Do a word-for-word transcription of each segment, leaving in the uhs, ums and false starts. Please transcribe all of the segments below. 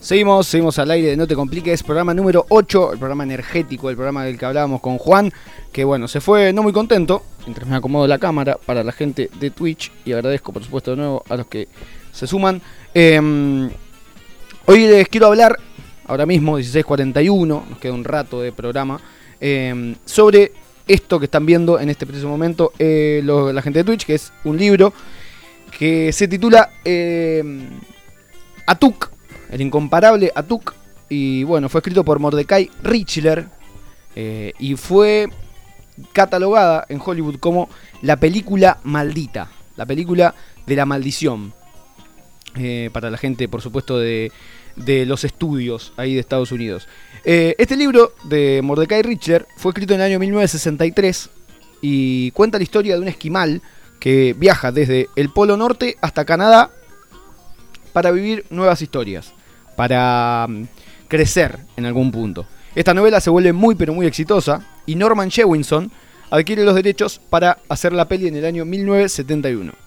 Seguimos, seguimos al aire de No Te Compliques, programa número ocho, el programa energético, el programa del que hablábamos con Juan, que bueno, se fue no muy contento, mientras me acomodo la cámara para la gente de Twitch, y agradezco por supuesto de nuevo a los que se suman. Eh, hoy les quiero hablar, ahora mismo, dieciséis cuarenta y uno, nos queda un rato de programa, eh, sobre esto que están viendo en este preciso momento eh, lo, la gente de Twitch, que es un libro que se titula eh, Atuk, el incomparable Atuk, y bueno, fue escrito por Mordecai Richler eh, y fue catalogada en Hollywood como la película maldita, la película de la maldición, eh, para la gente, por supuesto, de, de los estudios ahí de Estados Unidos. Eh, este libro de Mordecai Richler fue escrito en el año mil novecientos sesenta y tres y cuenta la historia de un esquimal que viaja desde el Polo Norte hasta Canadá para vivir nuevas historias, para um, crecer en algún punto. Esta novela se vuelve muy pero muy exitosa y Norman Jewison adquiere los derechos para hacer la peli en el año mil novecientos setenta y uno.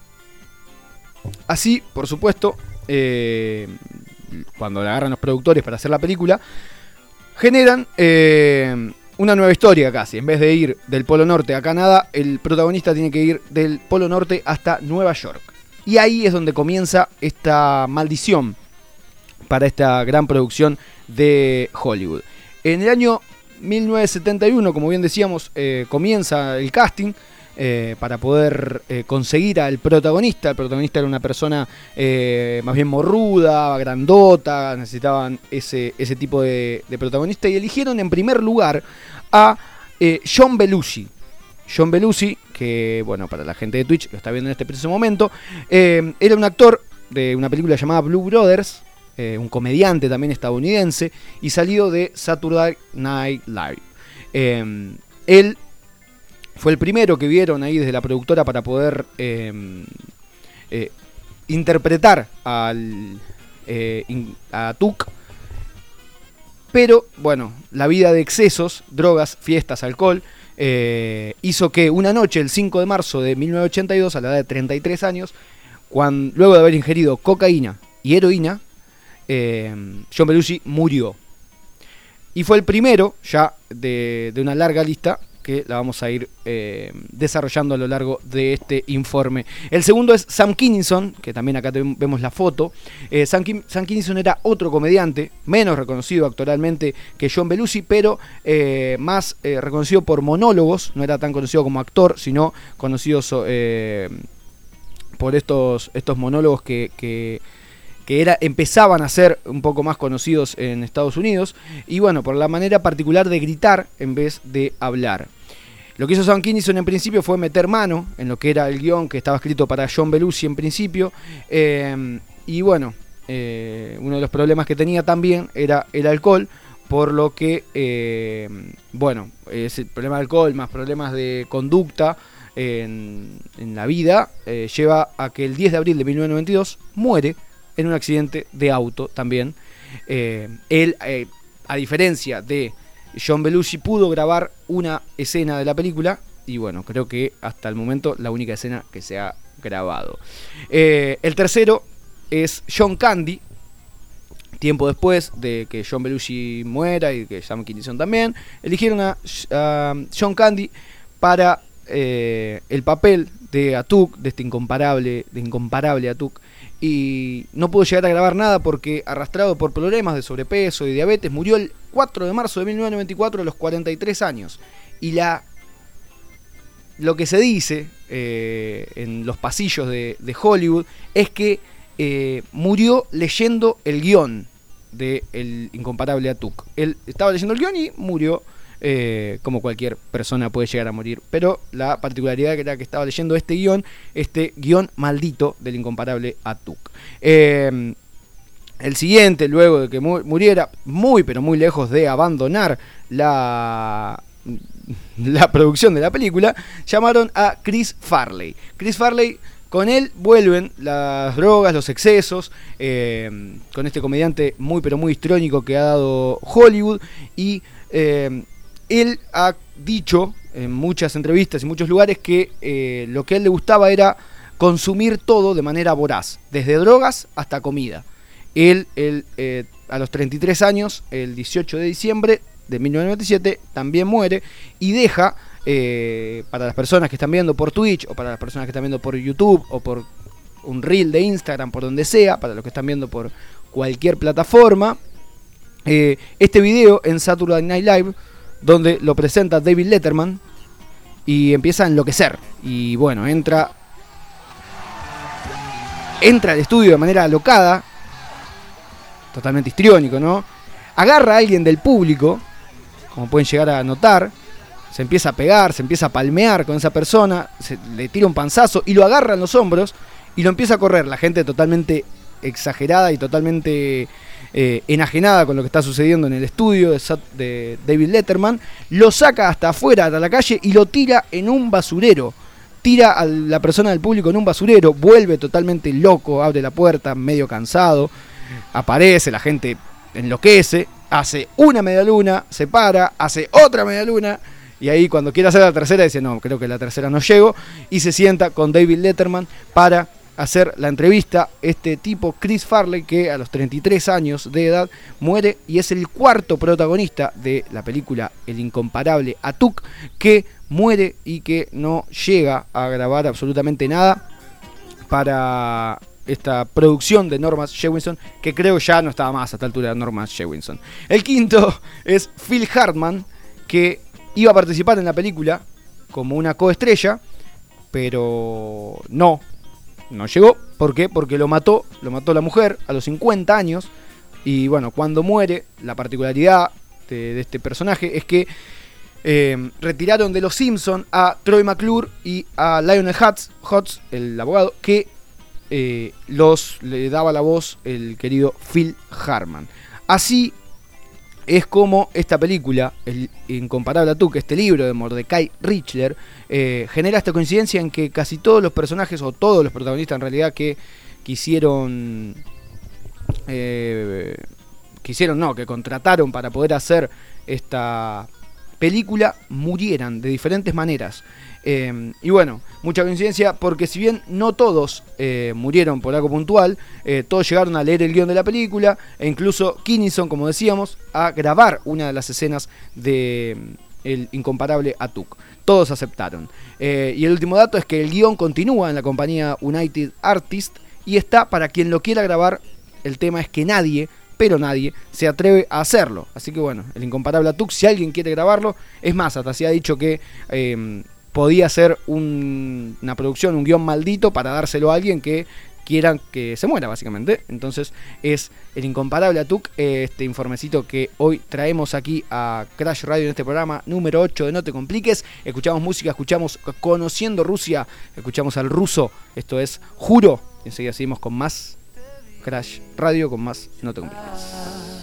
Así, por supuesto, eh, cuando le agarran los productores para hacer la película, generan eh, una nueva historia casi. En vez de ir del Polo Norte a Canadá, el protagonista tiene que ir del Polo Norte hasta Nueva York. Y ahí es donde comienza esta maldición para esta gran producción de Hollywood. En el año mil novecientos setenta y uno, como bien decíamos, eh, comienza el casting eh, para poder eh, conseguir al protagonista. El protagonista era una persona eh, más bien morruda, grandota, necesitaban ese, ese tipo de, de protagonista y eligieron en primer lugar a eh, John Belushi. John Belushi, que bueno, para la gente de Twitch lo está viendo en este preciso momento, eh, era un actor de una película llamada Blue Brothers, eh, un comediante también estadounidense, y salido de Saturday Night Live. Eh, él fue el primero que vieron ahí desde la productora para poder eh, eh, interpretar al, eh, a Atuk. Pero bueno, la vida de excesos, drogas, fiestas, alcohol, Eh, hizo que una noche, el cinco de marzo de mil novecientos ochenta y dos, a la edad de treinta y tres años, cuando, luego de haber ingerido cocaína y heroína, eh, John Belushi murió. Y fue el primero ya de, de una larga lista que la vamos a ir eh, desarrollando a lo largo de este informe. El segundo es Sam Kinison, que también acá vemos la foto. Eh, Sam, Kim, Sam Kinison era otro comediante, menos reconocido actualmente que John Belushi, pero eh, más eh, reconocido por monólogos. No era tan conocido como actor, sino conocido eh, por estos, estos monólogos que... que que era, empezaban a ser un poco más conocidos en Estados Unidos, y bueno, por la manera particular de gritar en vez de hablar. Lo que hizo Sam Kinison en principio fue meter mano en lo que era el guión que estaba escrito para John Belushi en principio, eh, y bueno, eh, uno de los problemas que tenía también era el alcohol, por lo que, eh, bueno, ese problema de alcohol más problemas de conducta en, en la vida, eh, lleva a que el diez de abril de mil novecientos noventa y dos muere en un accidente de auto también. Eh, él, eh, a diferencia de John Belushi, pudo grabar una escena de la película, y bueno, creo que hasta el momento la única escena que se ha grabado. Eh, el tercero es John Candy. Tiempo después de que John Belushi muera y que Sam Kinison también, eligieron a, a John Candy para eh, el papel de Atuk, de este incomparable, de incomparable Atuk. Y no pudo llegar a grabar nada porque, arrastrado por problemas de sobrepeso y diabetes, murió el cuatro de marzo de mil novecientos noventa y cuatro a los cuarenta y tres años. Y la lo que se dice eh, en los pasillos de, de Hollywood es que eh, murió leyendo el guión de El incomparable Atuk. Él estaba leyendo el guión y murió, eh, como cualquier persona puede llegar a morir. Pero la particularidad era que estaba leyendo este guión, este guión maldito del incomparable Atuk. Eh, el siguiente, luego de que muriera, muy pero muy lejos de abandonar la... la producción de la película, llamaron a Chris Farley. Chris Farley, con él vuelven las drogas, los excesos, eh, con este comediante muy pero muy histrónico que ha dado Hollywood, y eh, él ha dicho en muchas entrevistas y muchos lugares que eh, lo que a él le gustaba era consumir todo de manera voraz, desde drogas hasta comida. Él, él eh, a los treinta y tres años, el dieciocho de diciembre de mil novecientos noventa y siete, también muere y deja, eh, para las personas que están viendo por Twitch, o para las personas que están viendo por YouTube, o por un reel de Instagram, por donde sea, para los que están viendo por cualquier plataforma, eh, este video en Saturday Night Live, donde lo presenta David Letterman y empieza a enloquecer. Y bueno, entra entra al estudio de manera alocada, totalmente histriónico, ¿no? Agarra a alguien del público, como pueden llegar a notar, se empieza a pegar, se empieza a palmear con esa persona, se, le tira un panzazo y lo agarra en los hombros y lo empieza a correr. La gente totalmente exagerada y totalmente eh, enajenada con lo que está sucediendo en el estudio de, de David Letterman, lo saca hasta afuera, hasta la calle, y lo tira en un basurero. Tira a la persona del público en un basurero, vuelve totalmente loco, abre la puerta, medio cansado, aparece, la gente enloquece, hace una medialuna, se para, hace otra medialuna, y ahí cuando quiere hacer la tercera dice, no, creo que la tercera no llego, y se sienta con David Letterman para hacer la entrevista. Este tipo, Chris Farley, que a los treinta y tres años de edad muere y es el cuarto protagonista de la película El incomparable Atuk, que muere y que no llega a grabar absolutamente nada para esta producción de Norman Jewison, que creo ya no estaba más a esta altura de Norman Jewison. El quinto es Phil Hartman, que iba a participar en la película como una coestrella, pero no No llegó. ¿Por qué? Porque lo mató, lo mató la mujer a los cincuenta años. Y bueno, cuando muere, la particularidad de, de este personaje es que eh, retiraron de los Simpsons a Troy McClure y a Lionel Hutz, Hutz el abogado, que eh, los le daba la voz el querido Phil Hartman. Así es como esta película, El incomparable Atuk, este libro de Mordecai Richler, eh, genera esta coincidencia en que casi todos los personajes, o todos los protagonistas en realidad, que quisieron, eh, quisieron no, que contrataron para poder hacer esta película, murieran de diferentes maneras. Eh, y bueno, mucha coincidencia, porque si bien no todos eh, murieron por algo puntual, eh, todos llegaron a leer el guión de la película, e incluso Kinison, como decíamos, a grabar una de las escenas de El incomparable Atuk. Todos aceptaron. Eh, y el último dato es que el guión continúa en la compañía United Artists y está para quien lo quiera grabar. El tema es que nadie, pero nadie, se atreve a hacerlo. Así que bueno, El incomparable Atuk, si alguien quiere grabarlo, es más, hasta se ha dicho que Eh, podía ser un, una producción, un guión maldito para dárselo a alguien que quieran que se muera, básicamente. Entonces es El incomparable Atuk, este informecito que hoy traemos aquí a Crash Radio en este programa número ocho de No Te Compliques. Escuchamos música, escuchamos Conociendo Rusia, escuchamos al ruso, esto es Juro. Y enseguida seguimos con más Crash Radio, con más No Te Compliques.